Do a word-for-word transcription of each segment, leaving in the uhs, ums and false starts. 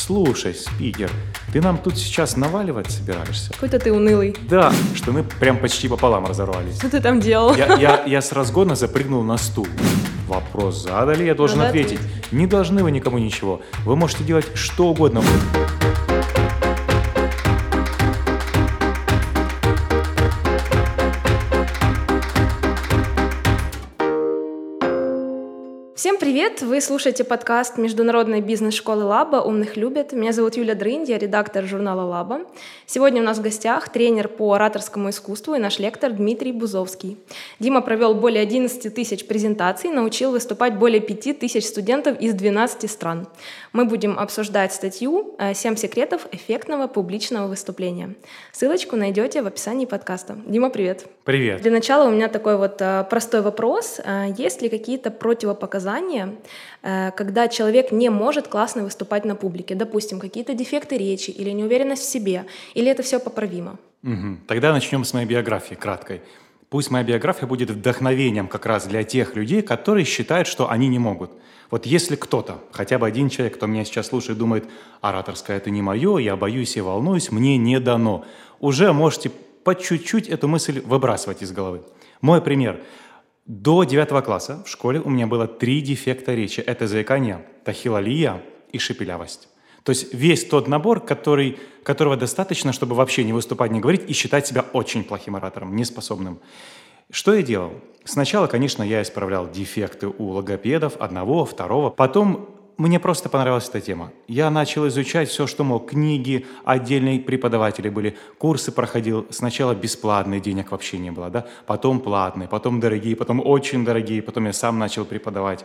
Слушай, спикер, ты нам тут сейчас наваливать собираешься? Какой-то ты унылый. Да, что мы прям почти пополам разорвались. Что ты там делал? Я, я, я с разгона запрыгнул на стул. Вопрос задали, я должен Надо ответить. Не должны вы никому ничего. Вы можете делать что угодно. Всем привет! Вы слушаете подкаст Международной бизнес-школы Лаба «Умных любят». Меня зовут Юля Дрынь, я редактор журнала Лаба. Сегодня у нас в гостях тренер по ораторскому искусству и наш лектор Дмитрий Бузовский. Дима провел более одиннадцать тысяч презентаций, научил выступать более пять тысяч студентов из двенадцати стран. Мы будем обсуждать статью «семь секретов эффектного публичного выступления». Ссылочку найдете в описании подкаста. Дима, привет! Привет! Для начала у меня такой вот простой вопрос. Есть ли какие-то противопоказания, когда человек не может классно выступать на публике? Допустим, какие-то дефекты речи или неуверенность в себе? Или это все поправимо? Угу. Тогда начнем с моей биографии, краткой. Пусть моя биография будет вдохновением как раз для тех людей, которые считают, что они не могут. Вот если кто-то, хотя бы один человек, кто меня сейчас слушает, думает, ораторское это не мое, я боюсь и волнуюсь, мне не дано, уже можете по чуть-чуть эту мысль выбрасывать из головы. Мой пример. До девятого класса в школе у меня было три дефекта речи. Это заикание, тахилалия и шепелявость. То есть весь тот набор, который, которого достаточно, чтобы вообще не выступать, не говорить и считать себя очень плохим оратором, неспособным. Что я делал? Сначала, конечно, я исправлял дефекты у логопедов, одного, второго. Потом мне просто понравилась эта тема. Я начал изучать все, что мог. Книги, отдельные преподаватели были, курсы проходил. Сначала бесплатные, денег вообще не было, да? Потом платные, потом дорогие, потом очень дорогие, потом я сам начал преподавать.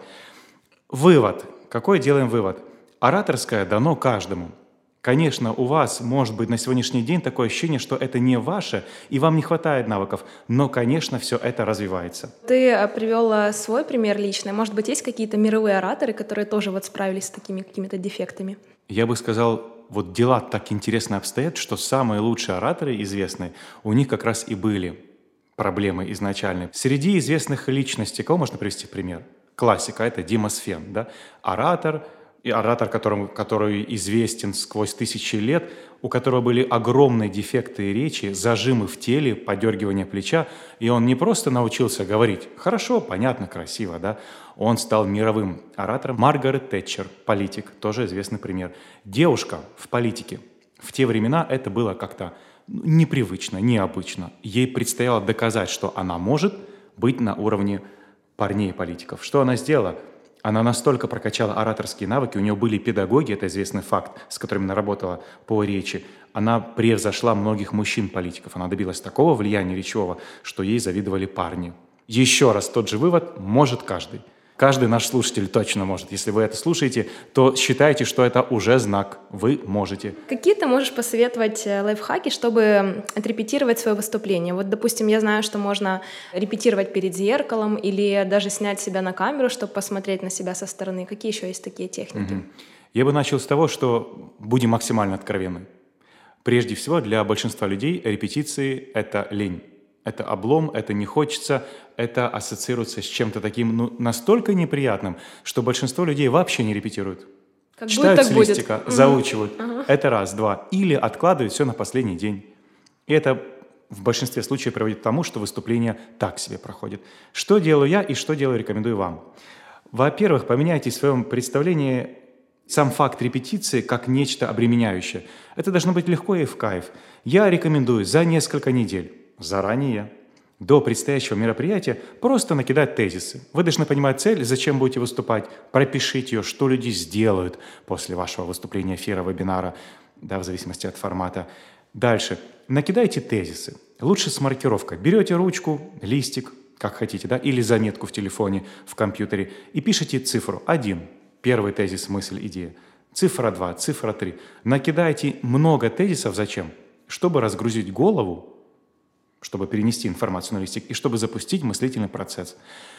Вывод. Какой делаем вывод? Ораторское дано каждому. Конечно, у вас может быть на сегодняшний день такое ощущение, что это не ваше, и вам не хватает навыков, но, конечно, все это развивается. Ты привел свой пример личный. Может быть, есть какие-то мировые ораторы, которые тоже вот справились с такими какими-то дефектами? Я бы сказал, вот дела так интересно обстоят, что самые лучшие ораторы известные, у них как раз и были проблемы изначальные. Среди известных личностей, кого можно привести в пример? Классика, это Демос Фен, да? Оратор, и оратор, которому, который известен сквозь тысячи лет, у которого были огромные дефекты речи, зажимы в теле, подергивание плеча, и он не просто научился говорить хорошо, понятно, красиво, да, он стал мировым оратором. Маргарет Тэтчер, политик, тоже известный пример. Девушка в политике. В те времена это было как-то непривычно, необычно. Ей предстояло доказать, что она может быть на уровне парней-политиков. Что она сделала? Она настолько прокачала ораторские навыки, у нее были педагоги, это известный факт, с которыми она работала по речи. Она превзошла многих мужчин-политиков. Она добилась такого влияния речевого, что ей завидовали парни. Еще раз тот же вывод: может каждый. Каждый наш слушатель точно может. Если вы это слушаете, то считайте, что это уже знак. Вы можете. Какие ты можешь посоветовать лайфхаки, чтобы отрепетировать свое выступление? Вот, допустим, я знаю, что можно репетировать перед зеркалом или даже снять себя на камеру, чтобы посмотреть на себя со стороны. Какие еще есть такие техники? Угу. Я бы начал с того, что будем максимально откровенны. Прежде всего, для большинства людей репетиции — это лень. Это облом, это не хочется, это ассоциируется с чем-то таким ну, настолько неприятным, что большинство людей вообще не репетируют. Как Читают будет, с так листика, будет. заучивают. Угу. Это раз, два. Или откладывают все на последний день. И это в большинстве случаев приводит к тому, что выступление так себе проходит. Что делаю я и что делаю, рекомендую вам. Во-первых, поменяйте в своем представлении сам факт репетиции как нечто обременяющее. Это должно быть легко и в кайф. Я рекомендую за несколько недель заранее, до предстоящего мероприятия, просто накидать тезисы. Вы должны понимать цель, зачем будете выступать, пропишите ее, что люди сделают после вашего выступления, эфира, вебинара, да, в зависимости от формата. Дальше. Накидайте тезисы. Лучше с маркировкой. Берете ручку, листик, как хотите, да, или заметку в телефоне, в компьютере, и пишите цифру один. Первый тезис, мысль, идея. Цифра два, цифра три. Накидайте много тезисов. Зачем? Чтобы разгрузить голову, чтобы перенести информацию на листик и чтобы запустить мыслительный процесс.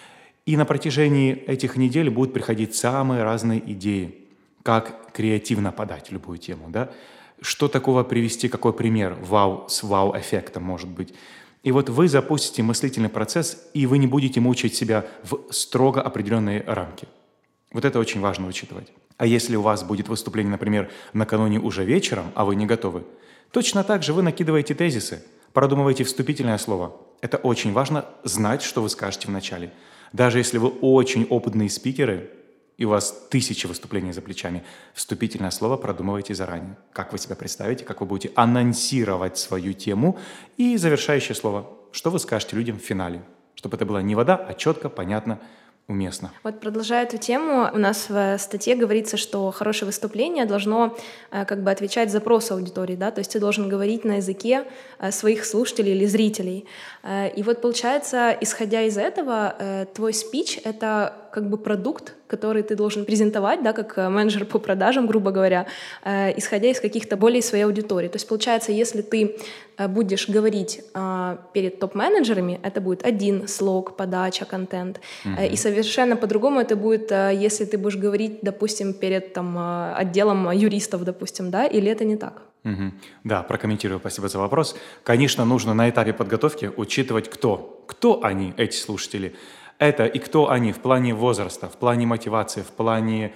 И на протяжении этих недель будут приходить самые разные идеи, как креативно подать любую тему, да? Что такого привести, какой пример вау, с вау-эффектом может быть. И вот вы запустите мыслительный процесс, и вы не будете мучить себя в строго определенные рамки. Вот это очень важно учитывать. А если у вас будет выступление, например, накануне уже вечером, а вы не готовы, точно так же вы накидываете тезисы, продумываете вступительное слово. Это очень важно знать, что вы скажете в начале. Даже если вы очень опытные спикеры, и у вас тысячи выступлений за плечами, вступительное слово продумывайте заранее. Как вы себя представите, как вы будете анонсировать свою тему, и завершающее слово, что вы скажете людям в финале, чтобы это было не вода, а четко, понятно, уместно. Вот продолжая эту тему, у нас в статье говорится, что хорошее выступление должно э, как бы отвечать запросу аудитории, да, то есть ты должен говорить на языке э, своих слушателей или зрителей. Э, и вот получается, исходя из этого, э, твой спич — это как бы продукт, который ты должен презентовать, да, как менеджер по продажам, грубо говоря, э, исходя из каких-то болей своей аудитории. То есть получается, если ты э, будешь говорить э, перед топ-менеджерами, это будет один слог, подача, контент, mm-hmm. э, и совершенно по-другому это будет, э, если ты будешь говорить, допустим, перед там, э, отделом юристов, допустим, да, или это не так? Угу. Да, прокомментирую, спасибо за вопрос. Конечно, нужно на этапе подготовки учитывать, кто. Кто они, эти слушатели. Это и кто они в плане возраста, в плане мотивации, в плане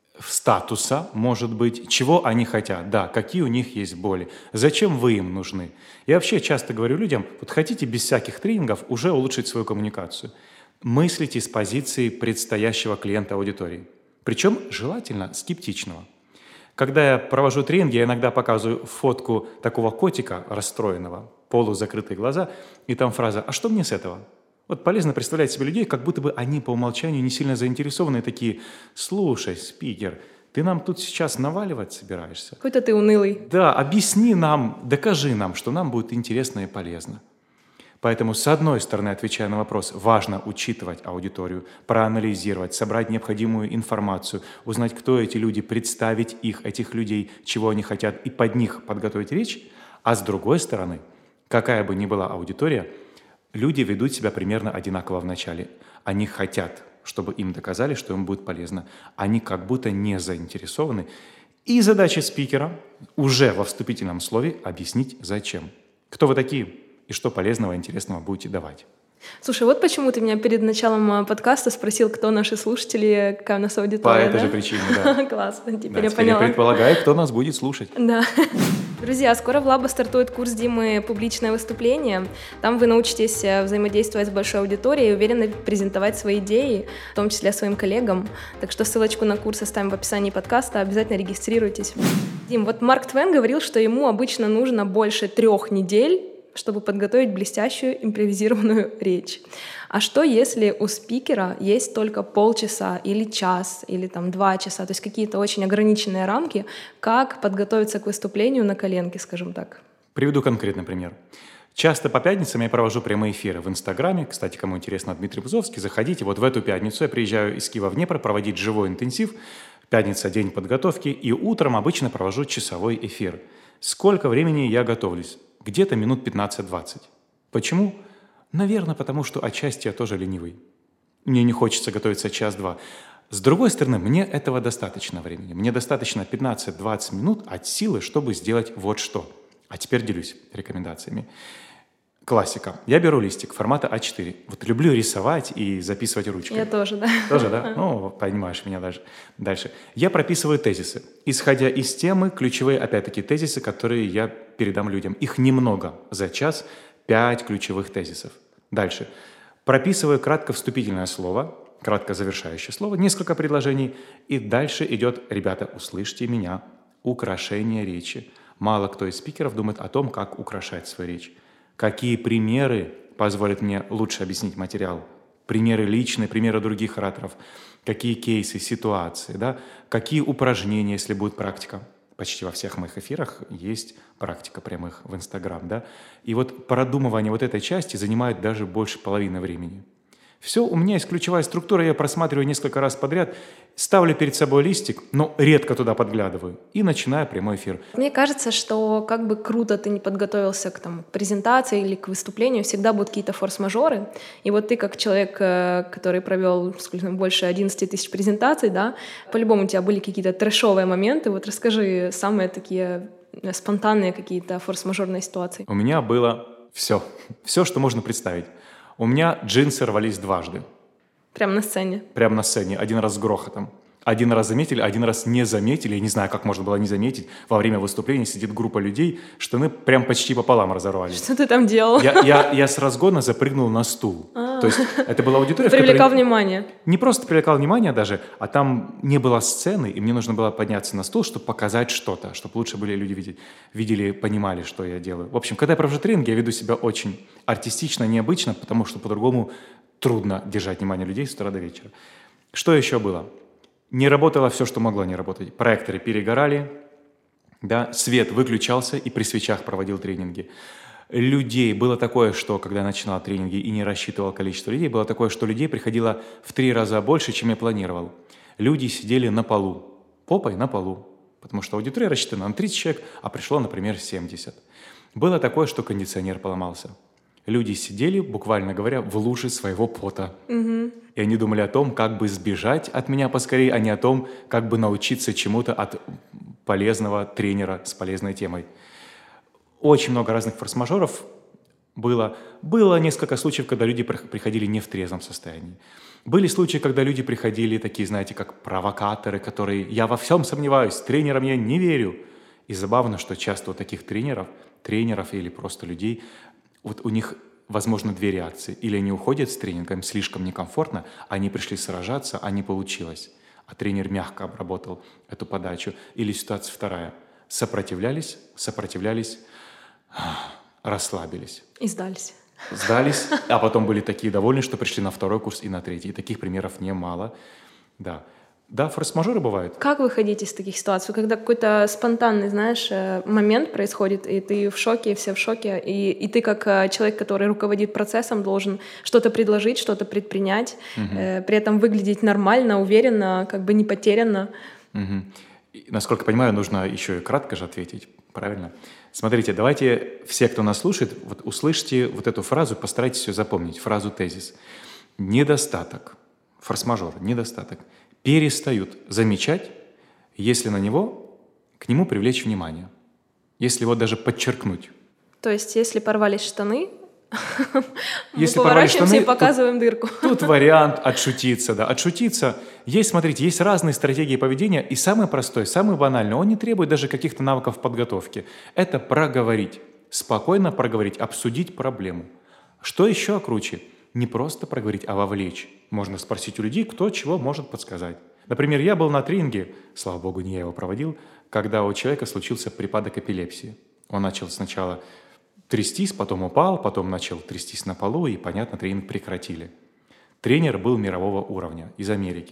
статуса, может быть, чего они хотят, да, какие у них есть боли, зачем вы им нужны. Я вообще часто говорю людям, вот хотите без всяких тренингов уже улучшить свою коммуникацию. Мыслите с позиции предстоящего клиента аудитории, причем желательно скептичного. Когда я провожу тренинги, я иногда показываю фотку такого котика расстроенного, полузакрытые глаза, и там фраза «А что мне с этого?». Вот полезно представлять себе людей, как будто бы они по умолчанию не сильно заинтересованы, такие «Слушай, спикер, ты нам тут сейчас наваливать собираешься?» Какой-то ты унылый. Да, объясни нам, докажи нам, что нам будет интересно и полезно. Поэтому, с одной стороны, отвечая на вопрос, важно учитывать аудиторию, проанализировать, собрать необходимую информацию, узнать, кто эти люди, представить их, этих людей, чего они хотят, и под них подготовить речь. А с другой стороны, какая бы ни была аудитория, люди ведут себя примерно одинаково в начале. Они хотят, чтобы им доказали, что им будет полезно. Они как будто не заинтересованы. И задача спикера уже во вступительном слове объяснить, зачем. Кто вы такие? И что полезного и интересного будете давать. Слушай, вот почему ты меня перед началом подкаста спросил, кто наши слушатели, какая у нас аудитория. По этой да? же причине, да. Классно, теперь да, я теперь поняла. я предполагаю, кто нас будет слушать. Да. Друзья, скоро в Лабо стартует курс Димы «Публичное выступление». Там вы научитесь взаимодействовать с большой аудиторией и уверенно презентовать свои идеи, в том числе своим коллегам. Так что ссылочку на курс оставим в описании подкаста, обязательно регистрируйтесь. Дим, вот Марк Твен говорил, что ему обычно нужно больше трех недель, чтобы подготовить блестящую импровизированную речь. А что, если у спикера есть только полчаса или час, или там два часа, то есть какие-то очень ограниченные рамки, как подготовиться к выступлению на коленке, скажем так? Приведу конкретный пример. Часто по пятницам я провожу прямые эфиры в Инстаграме. Кстати, кому интересно, Дмитрий Бузовский, заходите. Вот в эту пятницу я приезжаю из Киева в Днепр проводить живой интенсив. Пятница – день подготовки, и утром обычно провожу часовой эфир. Сколько времени я готовлюсь? Где-то минут пятнадцать-двадцать. Почему? Наверное, потому что отчасти я тоже ленивый. Мне не хочется готовиться час-два. С другой стороны, мне этого достаточно времени. Мне достаточно пятнадцать-двадцать минут от силы, чтобы сделать вот что. А теперь делюсь рекомендациями. Классика. Я беру листик формата а четыре. Вот люблю рисовать и записывать ручкой. Я тоже, да. Тоже, да? Ну, понимаешь меня даже. Дальше. Я прописываю тезисы. Исходя из темы, ключевые, опять-таки, тезисы, которые я передам людям. Их немного. За час пять ключевых тезисов. Дальше. Прописываю кратко вступительное слово, кратко завершающее слово, несколько предложений. И дальше идет, ребята, услышьте меня, украшение речи. Мало кто из спикеров думает о том, как украшать свою речь. Какие примеры позволят мне лучше объяснить материал? Примеры личные, примеры других ораторов. Какие кейсы, ситуации, да? Какие упражнения, если будет практика? Почти во всех моих эфирах есть практика прямых в Инстаграм, да? И вот продумывание вот этой части занимает даже больше половины времени. Все, у меня есть ключевая структура, я просматриваю несколько раз подряд, ставлю перед собой листик, но редко туда подглядываю, и начинаю прямой эфир. Мне кажется, что как бы круто ты не подготовился к там, презентации или к выступлению, всегда будут какие-то форс-мажоры. И вот ты, как человек, который провел сколько, больше одиннадцать тысяч презентаций, да, по-любому у тебя были какие-то трэшовые моменты. Вот расскажи самые такие спонтанные какие-то форс-мажорные ситуации. У меня было все, все, что можно представить. У меня джинсы рвались дважды. Прямо на сцене? Прямо на сцене, один раз с грохотом. один раз заметили, один раз не заметили. Я не знаю, как можно было не заметить. Во время выступления сидит группа людей, штаны прям почти пополам разорвали. Что ты там делал? Я, я, я с разгона запрыгнул на стул. А-а-а. То есть это была аудитория, привлекал в которой... внимание. Не просто привлекал внимание даже, а там не было сцены, и мне нужно было подняться на стул, чтобы показать что-то, чтобы лучше были люди видеть, видели, понимали, что я делаю. В общем, когда я провожу тренинг, я веду себя очень артистично, необычно, потому что по-другому трудно держать внимание людей с утра до вечера. Что еще было? Не работало все, что могло не работать. Проекторы перегорали, да, свет выключался, и при свечах проводил тренинги. Людей было такое, что когда я начинал тренинги и не рассчитывал количество людей, было такое, что людей приходило в три раза больше, чем я планировал. Люди сидели на полу, попой на полу, потому что аудитория рассчитана на тридцать человек, а пришло, например, семьдесят. Было такое, что кондиционер поломался. Люди сидели, буквально говоря, в луже своего пота. Угу. И они думали о том, как бы сбежать от меня поскорее, а не о том, как бы научиться чему-то от полезного тренера с полезной темой. Очень много разных форс-мажоров было. Было несколько случаев, когда люди приходили не в трезвом состоянии. Были случаи, когда люди приходили такие, знаете, как провокаторы, которые «я во всем сомневаюсь, тренерам я не верю». И забавно, что часто у таких тренеров, тренеров или просто людей, вот у них, возможно, две реакции. Или они уходят с тренинга, им слишком некомфортно, они пришли сражаться, а не получилось. А тренер мягко обработал эту подачу. Или ситуация вторая. Сопротивлялись, сопротивлялись, расслабились. И сдались. Сдались, а потом были такие довольны, что пришли на второй курс и на третий. И таких примеров немало. Да, да, форс-мажоры бывают. Как выходить из таких ситуаций? Когда какой-то спонтанный, знаешь, момент происходит, и ты в шоке, и все в шоке, и, и ты как человек, который руководит процессом, должен что-то предложить, что-то предпринять, угу. э, при этом выглядеть нормально, уверенно, как бы не потерянно. Угу. И, насколько я понимаю, нужно еще и кратко же ответить, правильно? Смотрите, давайте все, кто нас слушает, вот услышьте вот эту фразу, постарайтесь ее запомнить, фразу тезис. Недостаток, форс-мажор, недостаток, перестают замечать, если на него, к нему привлечь внимание, если его даже подчеркнуть. То есть, если порвались штаны, если мы поворачиваемся и показываем тут, дырку. Тут вариант отшутиться, да, отшутиться. Есть, смотрите, есть разные стратегии поведения, и самый простой, самый банальный, он не требует даже каких-то навыков подготовки. Это проговорить, спокойно проговорить, обсудить проблему. Что еще круче? Не просто проговорить, а вовлечь. Можно спросить у людей, кто чего может подсказать. Например, я был на тренинге, слава богу, не я его проводил, когда у человека случился припадок эпилепсии. Он начал сначала трястись, потом упал, потом начал трястись на полу, и, понятно, тренинг прекратили. Тренер был мирового уровня, из Америки.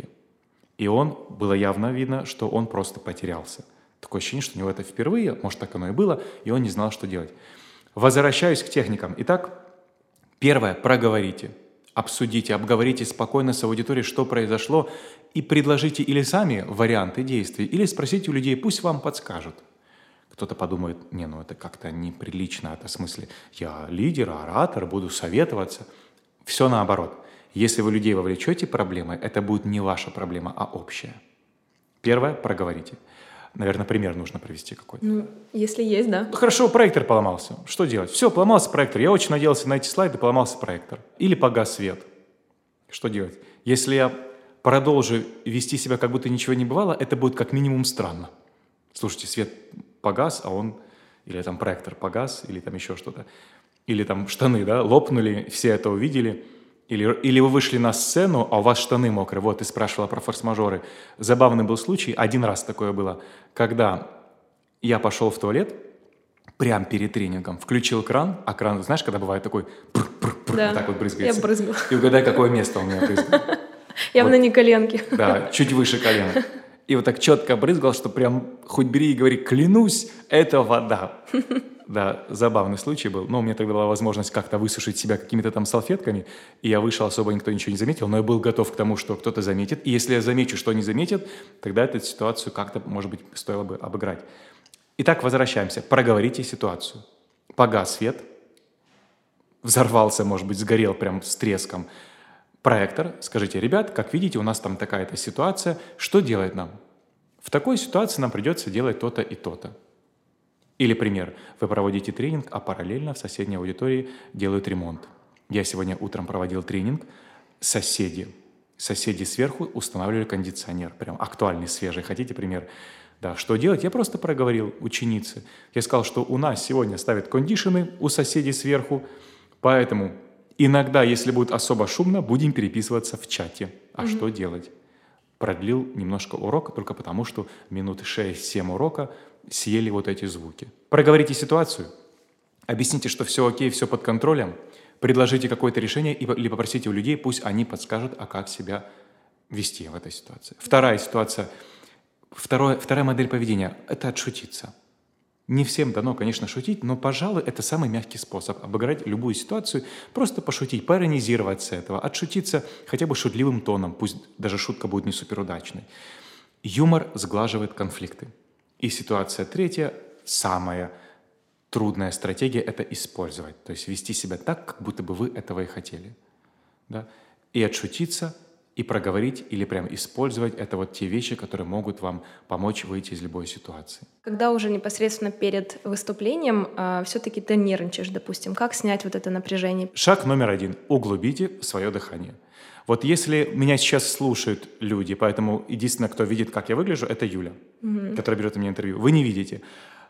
И он, было явно видно, что он просто потерялся. Такое ощущение, что у него это впервые, может, так оно и было, и он не знал, что делать. Возвращаюсь к техникам. Итак, первое, проговорите, обсудите, обговорите спокойно с аудиторией, что произошло, и предложите или сами варианты действий, или спросите у людей, пусть вам подскажут. Кто-то подумает, не, ну это как-то неприлично, это в смысле, я лидер, оратор, буду советоваться. Все наоборот. Если вы людей вовлечете проблемой, это будет не ваша проблема, а общая. Первое, проговорите. Наверное, пример нужно привести какой-то. Ну, если есть, да. Хорошо, проектор поломался. Что делать? Все, поломался проектор. Я очень надеялся на эти слайды, поломался проектор. Или погас свет. Что делать? Если я продолжу вести себя, как будто ничего не бывало, это будет как минимум странно. Слушайте, свет погас, а он, или там проектор погас, или там еще что-то. Или там штаны, да, лопнули, все это увидели. Или, или вы вышли на сцену, а у вас штаны мокрые. Вот, ты спрашивала про форс-мажоры. Забавный был случай, один раз такое было, когда я пошел в туалет, прямо перед тренингом, включил кран, а кран, знаешь, когда бывает такой, да, вот так вот брызгается. Я брызгала. И угадай, какое место у меня брызгало. Явно не коленки. Да, чуть выше колена. И вот так четко брызгал, что прям хоть бери и говори, клянусь, это вода. Да, забавный случай был. Но у меня тогда была возможность как-то высушить себя какими-то там салфетками, и я вышел, особо никто ничего не заметил, но я был готов к тому, что кто-то заметит. И если я замечу, что они заметят, тогда эту ситуацию как-то, может быть, стоило бы обыграть. Итак, возвращаемся. Проговорите ситуацию. Погас свет, взорвался, может быть, сгорел прям с треском проектор. Скажите, ребят, как видите, у нас там такая-то ситуация, что делать нам? В такой ситуации нам придется делать то-то и то-то. Или пример. Вы проводите тренинг, а параллельно в соседней аудитории делают ремонт. Я сегодня утром проводил тренинг. Соседи Соседи сверху устанавливали кондиционер, прям актуальный, свежий. Хотите пример? Да, что делать? Я просто проговорил ученице. Я сказал, что у нас сегодня ставят кондишены у соседей сверху, поэтому иногда, если будет особо шумно, будем переписываться в чате. А mm-hmm. что делать? Продлил немножко урок, только потому, что минут шесть-семь урока съели вот эти звуки. Проговорите ситуацию, объясните, что все окей, все под контролем, предложите какое-то решение или попросите у людей, пусть они подскажут, а как себя вести в этой ситуации. Вторая ситуация, второе, вторая модель поведения – это отшутиться. Не всем дано, конечно, шутить, но, пожалуй, это самый мягкий способ обыграть любую ситуацию, просто пошутить, поиронизировать с этого, отшутиться хотя бы шутливым тоном, пусть даже шутка будет не суперудачной. Юмор сглаживает конфликты. И ситуация третья, самая трудная стратегия – это использовать, то есть вести себя так, как будто бы вы этого и хотели. Да? И отшутиться, и проговорить, или прям использовать – это вот те вещи, которые могут вам помочь выйти из любой ситуации. Когда уже непосредственно перед выступлением э, все-таки ты нервничаешь, допустим, как снять вот это напряжение? Шаг номер один – углубите свое дыхание. Вот если меня сейчас слушают люди, поэтому единственное, кто видит, как я выгляжу, это Юля, mm-hmm. которая берет у меня интервью. Вы не видите.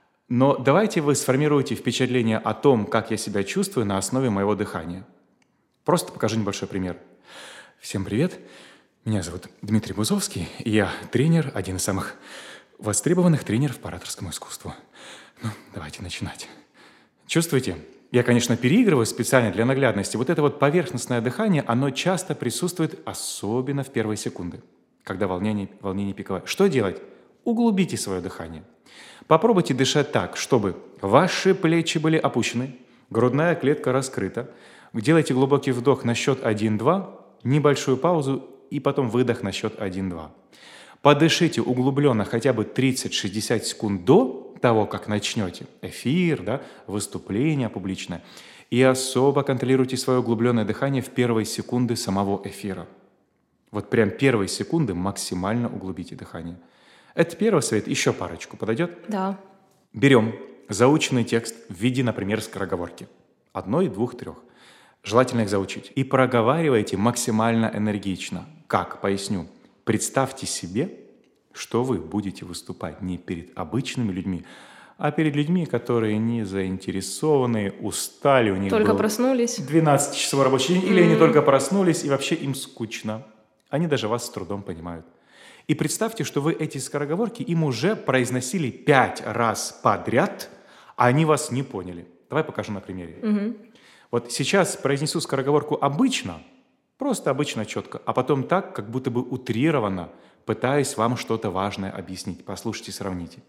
Но давайте вы сформируете впечатление о том, как я себя чувствую на основе моего дыхания. Просто покажу небольшой пример. Всем привет. Меня зовут Дмитрий Бузовский, и я тренер, один из самых востребованных тренеров по ораторскому искусству. Ну, давайте начинать. Чувствуете? Я, конечно, переигрываю специально для наглядности. Вот это вот поверхностное дыхание, оно часто присутствует, особенно в первые секунды, когда волнение, волнение пиковое. Что делать? Углубите свое дыхание. Попробуйте дышать так, чтобы ваши плечи были опущены, грудная клетка раскрыта. Делайте глубокий вдох на счет один-два, небольшую паузу и потом выдох на счет один-два. Подышите углубленно хотя бы тридцать-шестьдесят секунд до того, как начнете эфир, да, выступление публичное, и особо контролируйте свое углубленное дыхание в первые секунды самого эфира. Вот прям первые секунды максимально углубите дыхание. Это первый совет. Еще парочку подойдет? Да. Берем заученный текст в виде, например, скороговорки. Одной, двух, трех. Желательно их заучить. И проговаривайте максимально энергично. Как? Поясню. Представьте себе, что вы будете выступать не перед обычными людьми, а перед людьми, которые не заинтересованы, устали, у них только был проснулись. двенадцатичасовой рабочий день, mm-hmm. или они только проснулись, и вообще им скучно. Они даже вас с трудом понимают. И представьте, что вы эти скороговорки им уже произносили пять раз подряд, а они вас не поняли. Давай покажу на примере. Mm-hmm. Вот сейчас произнесу скороговорку обычно, просто обычно четко, а потом так, как будто бы утрированно, пытаясь вам что-то важное объяснить. Послушайте, сравните.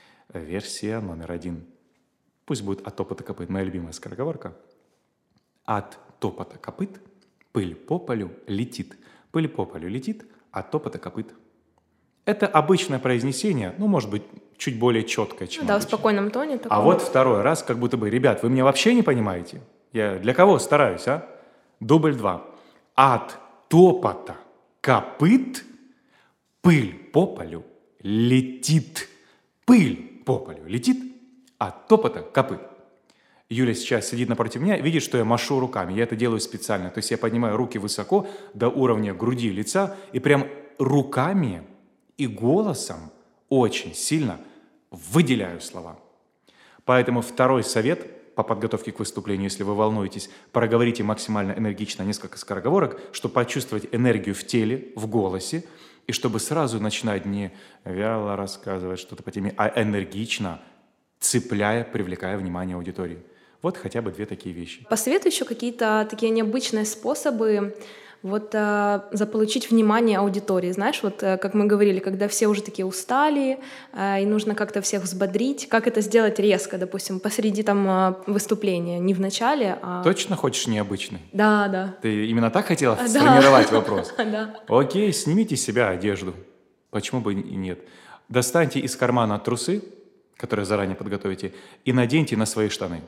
Версия номер один. Пусть будет от топота копыт, моя любимая скороговорка. От топота копыт пыль по полю летит. Пыль по полю летит, от топота копыт. Это обычное произнесение, ну, может быть, чуть более четкое, чем да, обычно. в спокойном тоне. Таком. А вот второй раз, как будто бы, ребят, вы меня вообще не понимаете? Я для кого стараюсь, а? Дубль два. От топота копыт пыль по полю летит. Пыль по полю летит, от топота копыт. Юля сейчас сидит напротив меня, видит, что я машу руками. Я это делаю специально. То есть я поднимаю руки высоко до уровня груди, лица, и прям руками и голосом очень сильно выделяю слова. Поэтому второй совет по подготовке к выступлению, если вы волнуетесь, проговорите максимально энергично несколько скороговорок, чтобы почувствовать энергию в теле, в голосе, и чтобы сразу начинать не вяло рассказывать что-то по теме, а энергично, цепляя, привлекая внимание аудитории. Вот хотя бы две такие вещи. Посоветуй еще какие-то такие необычные способы вот э, заполучить внимание аудитории. Знаешь, вот э, как мы говорили, когда все уже такие устали, э, и нужно как-то всех взбодрить, как это сделать резко, допустим, посреди там э, выступления, не в начале, а... Точно хочешь необычный? Да, да. Ты именно так хотела а, сформировать да. вопрос? Да. Окей, снимите с себя одежду. Почему бы и нет? Достаньте из кармана трусы, которые заранее подготовите, и наденьте на свои штаны.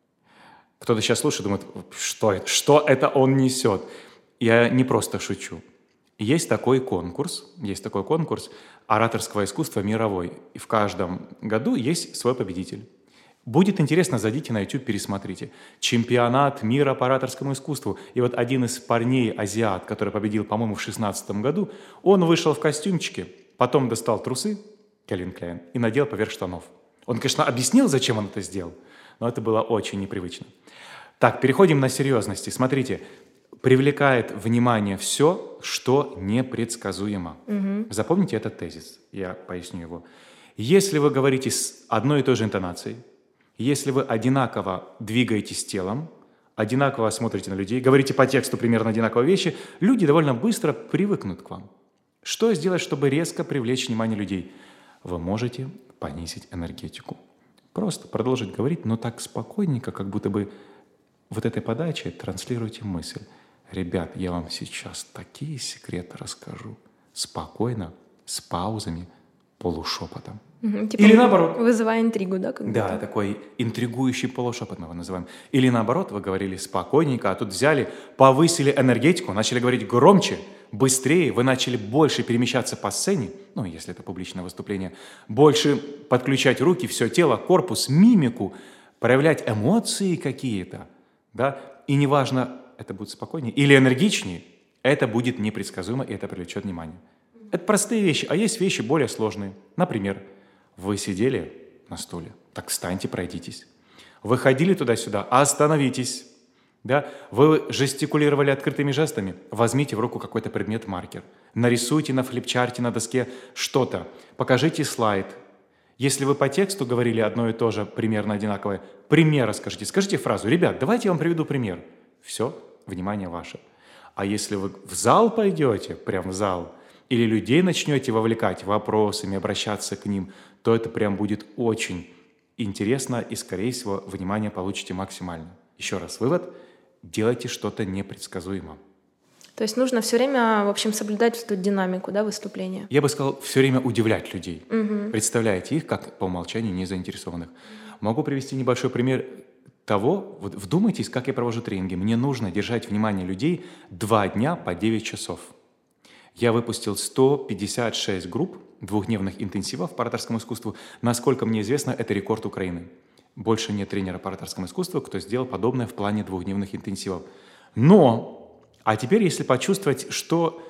Кто-то сейчас слушает, думает, что это, что это он несет? Я не просто шучу. Есть такой конкурс, есть такой конкурс ораторского искусства мировой. И в каждом году есть свой победитель. Будет интересно, зайдите на YouTube, пересмотрите. Чемпионат мира по ораторскому искусству. И вот один из парней, азиат, который победил, по-моему, в шестнадцатом году, он вышел в костюмчике, потом достал трусы, Кальвин Кляйн, и надел поверх штанов. Он, конечно, объяснил, зачем он это сделал, но это было очень непривычно. Так, переходим на серьезности. Смотрите, привлекает внимание все, что непредсказуемо. Угу. Запомните этот тезис, я поясню его. Если вы говорите с одной и той же интонацией, если вы одинаково двигаетесь телом, одинаково смотрите на людей, говорите по тексту примерно одинаковые вещи, люди довольно быстро привыкнут к вам. Что сделать, чтобы резко привлечь внимание людей? Вы можете понизить энергетику. Просто продолжить говорить, но так спокойненько, как будто бы вот этой подачей транслируйте мысль. Ребят, я вам сейчас такие секреты расскажу. Спокойно, с паузами, полушепотом. Угу, типа или наоборот. Вызывая интригу, да? Как да, будто? такой интригующий полушепот мы его называем. Или наоборот, вы говорили спокойненько, а тут взяли, повысили энергетику, начали говорить громче, быстрее, вы начали больше перемещаться по сцене, ну, если это публичное выступление, больше подключать руки, все тело, корпус, мимику, проявлять эмоции какие-то, да, и неважно, это будет спокойнее или энергичнее, это будет непредсказуемо, и это привлечет внимание. Это простые вещи, а есть вещи более сложные. Например, вы сидели на стуле, так встаньте, пройдитесь. Вы ходили туда-сюда, остановитесь. Да? Вы жестикулировали открытыми жестами, возьмите в руку какой-то предмет-маркер, нарисуйте на флипчарте, на доске что-то, покажите слайд. Если вы по тексту говорили одно и то же, примерно одинаковое, пример расскажите. Скажите фразу: «Ребят, давайте я вам приведу пример». Все, внимание ваше. А если вы в зал пойдете, прям в зал, или людей начнете вовлекать вопросами, обращаться к ним, то это прям будет очень интересно и, скорее всего, внимание получите максимально. Еще раз, вывод: делайте что-то непредсказуемо. То есть нужно все время, в общем, соблюдать эту динамику, да, выступления? Я бы сказал, все время удивлять людей. Угу. Представляете их как по умолчанию незаинтересованных. Могу привести небольшой пример того, вот вдумайтесь, как я провожу тренинги. Мне нужно держать внимание людей два дня по девять часов. Я выпустил сто пятьдесят шесть групп двухдневных интенсивов по ораторскому искусству. Насколько мне известно, это рекорд Украины. Больше нет тренера по ораторскому искусству, кто сделал подобное в плане двухдневных интенсивов. Но, а теперь, если почувствовать, что,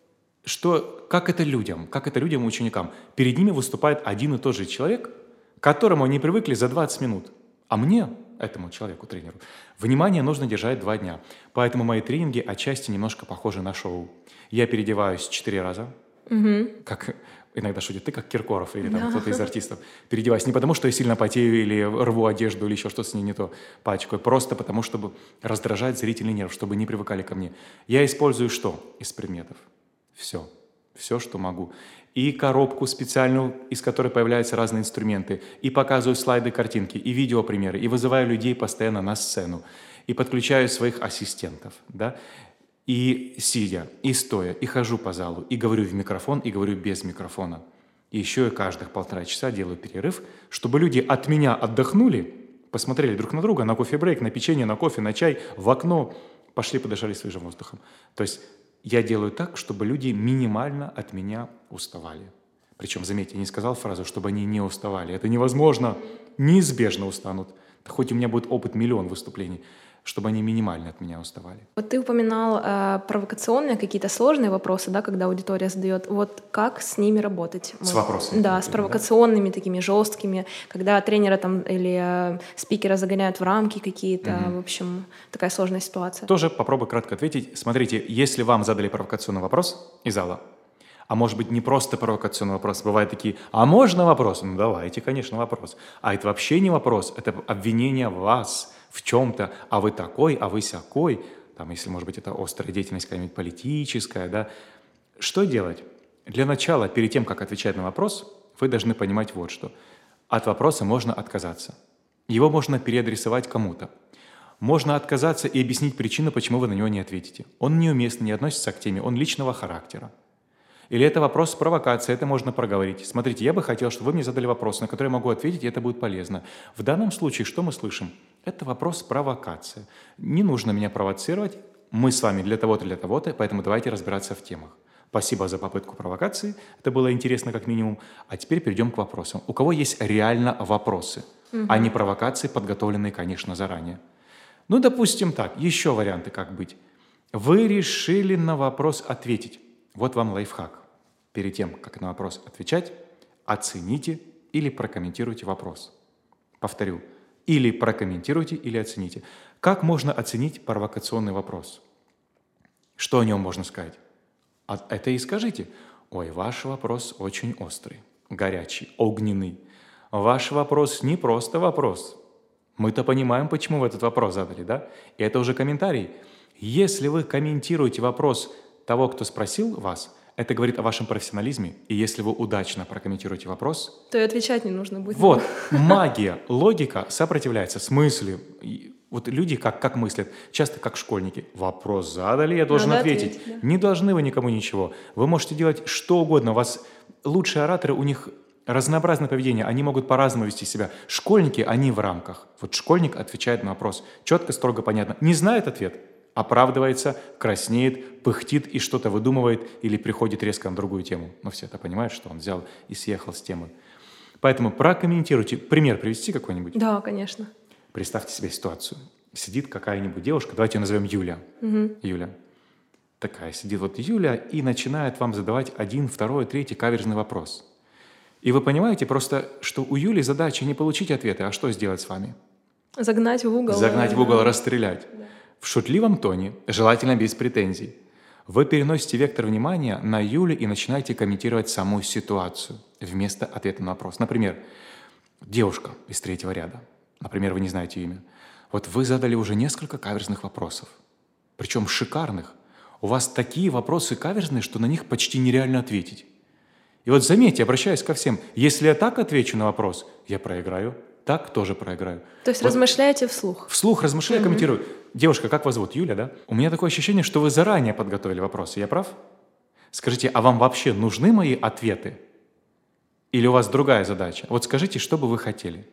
что, как это людям, как это людям, ученикам, перед ними выступает один и тот же человек, к которому они привыкли за двадцать минут, а мне, этому человеку, тренеру, внимание нужно держать два дня. Поэтому мои тренинги отчасти немножко похожи на шоу. Я переодеваюсь четыре раза, угу. как иногда шутят, ты как Киркоров или там да. кто-то из артистов. Переодеваюсь не потому, что я сильно потею или рву одежду или еще что-то с ней не то пачкаю, просто потому, чтобы раздражать зрительный нерв, чтобы не привыкали ко мне. Я использую что из предметов? Все. Все, что могу. И коробку специальную, из которой появляются разные инструменты, и показываю слайды, картинки, и видеопримеры, и вызываю людей постоянно на сцену, и подключаю своих ассистентов, да, и сидя, и стоя, и хожу по залу, и говорю в микрофон, и говорю без микрофона. И еще я каждых полтора часа делаю перерыв, чтобы люди от меня отдохнули, посмотрели друг на друга, на кофе-брейк, на печенье, на кофе, на чай, в окно, пошли подышали свежим воздухом. То есть я делаю так, чтобы люди минимально от меня уставали. Причем, заметьте, я не сказал фразу, чтобы они не уставали. Это невозможно. Неизбежно устанут. Хоть у меня будет опыт миллион выступлений, чтобы они минимально от меня уставали. Вот ты упоминал э, провокационные какие-то сложные вопросы, да, когда аудитория задает. Вот как с ними работать? С вопросами? Да, с провокационными, да? Такими жесткими, когда тренера там или э, спикера загоняют в рамки какие-то. Mm-hmm. В общем, такая сложная ситуация. Тоже попробую кратко ответить. Смотрите, если вам задали провокационный вопрос из зала, а может быть не просто провокационный вопрос, бывают такие: а можно вопрос? Ну давайте, конечно, вопрос. А это вообще не вопрос, это обвинение в вас в чем-то, а вы такой, а вы сякой, там, если, может быть, это острая деятельность какая-нибудь политическая, да. Что делать? Для начала, перед тем, как отвечать на вопрос, вы должны понимать вот что. От вопроса можно отказаться. Его можно переадресовать кому-то. Можно отказаться и объяснить причину, почему вы на него не ответите. Он неуместно, не относится к теме, он личного характера. Или это вопрос провокации, это можно проговорить. Смотрите, я бы хотел, чтобы вы мне задали вопрос, на который я могу ответить, и это будет полезно. В данном случае что мы слышим? Это вопрос провокации. Не нужно меня провоцировать, мы с вами для того-то, для того-то, поэтому давайте разбираться в темах. Спасибо за попытку провокации, это было интересно как минимум. А теперь перейдем к вопросам. У кого есть реально вопросы? угу. а не провокации, подготовленные, конечно, заранее. Ну, допустим так, еще варианты, как быть. Вы решили на вопрос ответить. Вот вам лайфхак. Перед тем, как на вопрос отвечать, оцените или прокомментируйте вопрос. Повторю. Или прокомментируйте, или оцените. Как можно оценить провокационный вопрос? Что о нем можно сказать? А это и скажите. Ой, ваш вопрос очень острый, горячий, огненный. Ваш вопрос не просто вопрос. Мы-то понимаем, почему вы этот вопрос задали, да? И это уже комментарий. Если вы комментируете вопрос того, кто спросил вас, это говорит о вашем профессионализме. И если вы удачно прокомментируете вопрос... То и отвечать не нужно будет. Вот, магия, логика сопротивляется смыслу. Вот люди как, как мыслят, часто как школьники. Вопрос задали, я должен Надо ответить. ответить, да. Не должны вы никому ничего. Вы можете делать что угодно. У вас лучшие ораторы, у них разнообразное поведение. Они могут по-разному вести себя. Школьники, они в рамках. Вот школьник отвечает на вопрос. Четко, строго, понятно. Не знает ответ, оправдывается, краснеет, пыхтит и что-то выдумывает или приходит резко на другую тему. Но все это понимают, что он взял и съехал с темы. Поэтому прокомментируйте. Пример привести какой-нибудь? Да, конечно. Представьте себе ситуацию. Сидит какая-нибудь девушка, давайте ее назовем Юля. Угу. Юля. Такая сидит вот Юля и начинает вам задавать один, второй, третий каверзный вопрос. И вы понимаете просто, что у Юли задача не получить ответы, а что сделать с вами? Загнать в угол. Загнать в угол, расстрелять. Да. В шутливом тоне, желательно без претензий. Вы переносите вектор внимания на Юлю и начинаете комментировать саму ситуацию вместо ответа на вопрос. Например, девушка из третьего ряда. Например, вы не знаете имя. Вот вы задали уже несколько каверзных вопросов. Причем шикарных. У вас такие вопросы каверзные, что на них почти нереально ответить. И вот заметьте, обращаясь ко всем, если я так отвечу на вопрос, я проиграю, так тоже проиграю. То есть вот размышляете вслух? Вслух размышляю, mm-hmm. комментирую. Девушка, как вас зовут? Юля, да? У меня такое ощущение, что вы заранее подготовили вопросы. Я прав? Скажите, а вам вообще нужны мои ответы? Или у вас другая задача? Вот скажите, что бы вы хотели?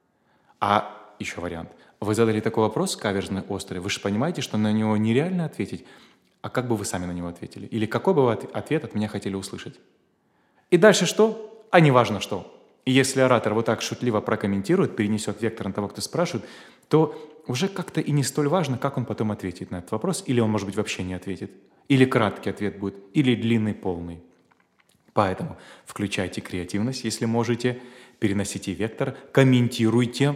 А еще вариант. Вы задали такой вопрос каверзный, острый. Вы же понимаете, что на него нереально ответить. А как бы вы сами на него ответили? Или какой бы вы ответ от меня хотели услышать? И дальше что? А не важно что. И если оратор вот так шутливо прокомментирует, перенесет вектор на того, кто спрашивает, то уже как-то и не столь важно, как он потом ответит на этот вопрос. Или он, может быть, вообще не ответит. Или краткий ответ будет, или длинный, полный. Поэтому включайте креативность, если можете, переносите вектор, комментируйте,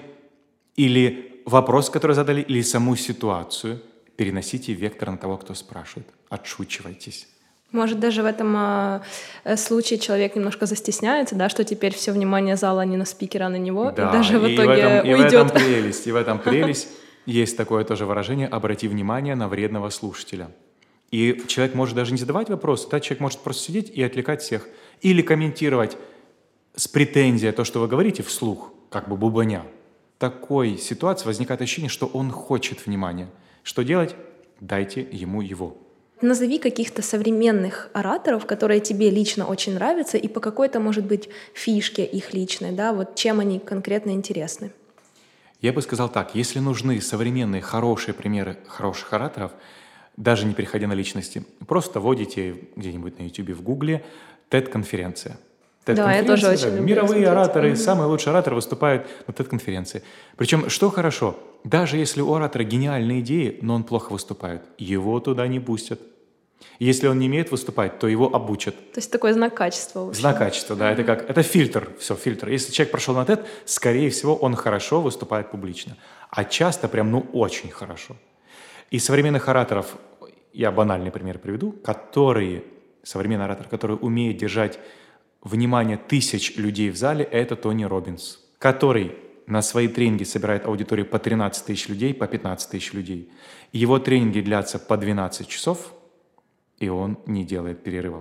или вопрос, который задали, или саму ситуацию, переносите вектор на того, кто спрашивает. Отшучивайтесь. Может, даже в этом э, случае человек немножко застесняется, да, что теперь все внимание зала не на спикера, а на него, да, и даже в и итоге в этом, уйдет. И в этом прелесть, и в этом прелесть. Есть такое тоже выражение «обрати внимание на вредного слушателя». И человек может даже не задавать вопросы, да, человек может просто сидеть и отвлекать всех. Или комментировать с претензией то, что вы говорите, вслух, как бы бубоня. В такой ситуации возникает ощущение, что он хочет внимания. Что делать? Дайте ему его. Назови каких-то современных ораторов, которые тебе лично очень нравятся, и по какой-то, может быть, фишке их личной, да, вот чем они конкретно интересны. Я бы сказал так, если нужны современные хорошие примеры хороших ораторов, даже не переходя на личности, просто вводите где-нибудь на YouTube, в Гугле тед-конференция. Да, я тоже очень люблю. Мировые ораторы, mm-hmm. самые лучшие ораторы выступают на тед-конференции. Причем, что хорошо, даже если у оратора гениальные идеи, но он плохо выступает, его туда не пустят. Если он не умеет выступать, то его обучат. То есть такой знак качества. Знак качества, да, это как, это фильтр, все, фильтр. Если человек прошел на тед, скорее всего, он хорошо выступает публично. А часто прям, ну, очень хорошо. И современных ораторов, я банальный пример приведу, которые, современный оратор, который умеет держать внимание тысяч людей в зале, это Тони Роббинс, который на свои тренинги собирает аудиторию по тринадцать тысяч людей, по пятнадцать тысяч людей. Его тренинги длятся по двенадцать часов, и он не делает перерывов.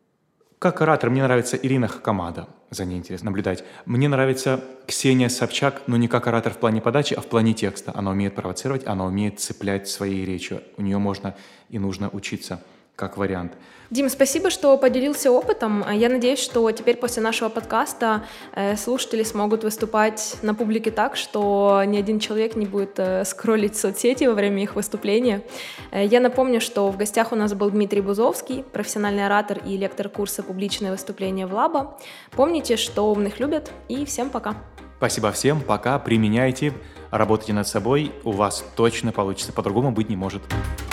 Как оратор мне нравится Ирина Хакамада, за ней интересно наблюдать. Мне нравится Ксения Собчак, но не как оратор в плане подачи, а в плане текста. Она умеет провоцировать, она умеет цеплять своей речью. У нее можно и нужно учиться как вариант. Дим, спасибо, что поделился опытом. Я надеюсь, что теперь после нашего подкаста слушатели смогут выступать на публике так, что ни один человек не будет скроллить соцсети во время их выступления. Я напомню, что в гостях у нас был Дмитрий Бузовский, профессиональный оратор и лектор курса «Публичное выступление» в Лаба. Помните, что умных любят, и всем пока! Спасибо всем, пока, применяйте, работайте над собой, у вас точно получится, по-другому быть не может.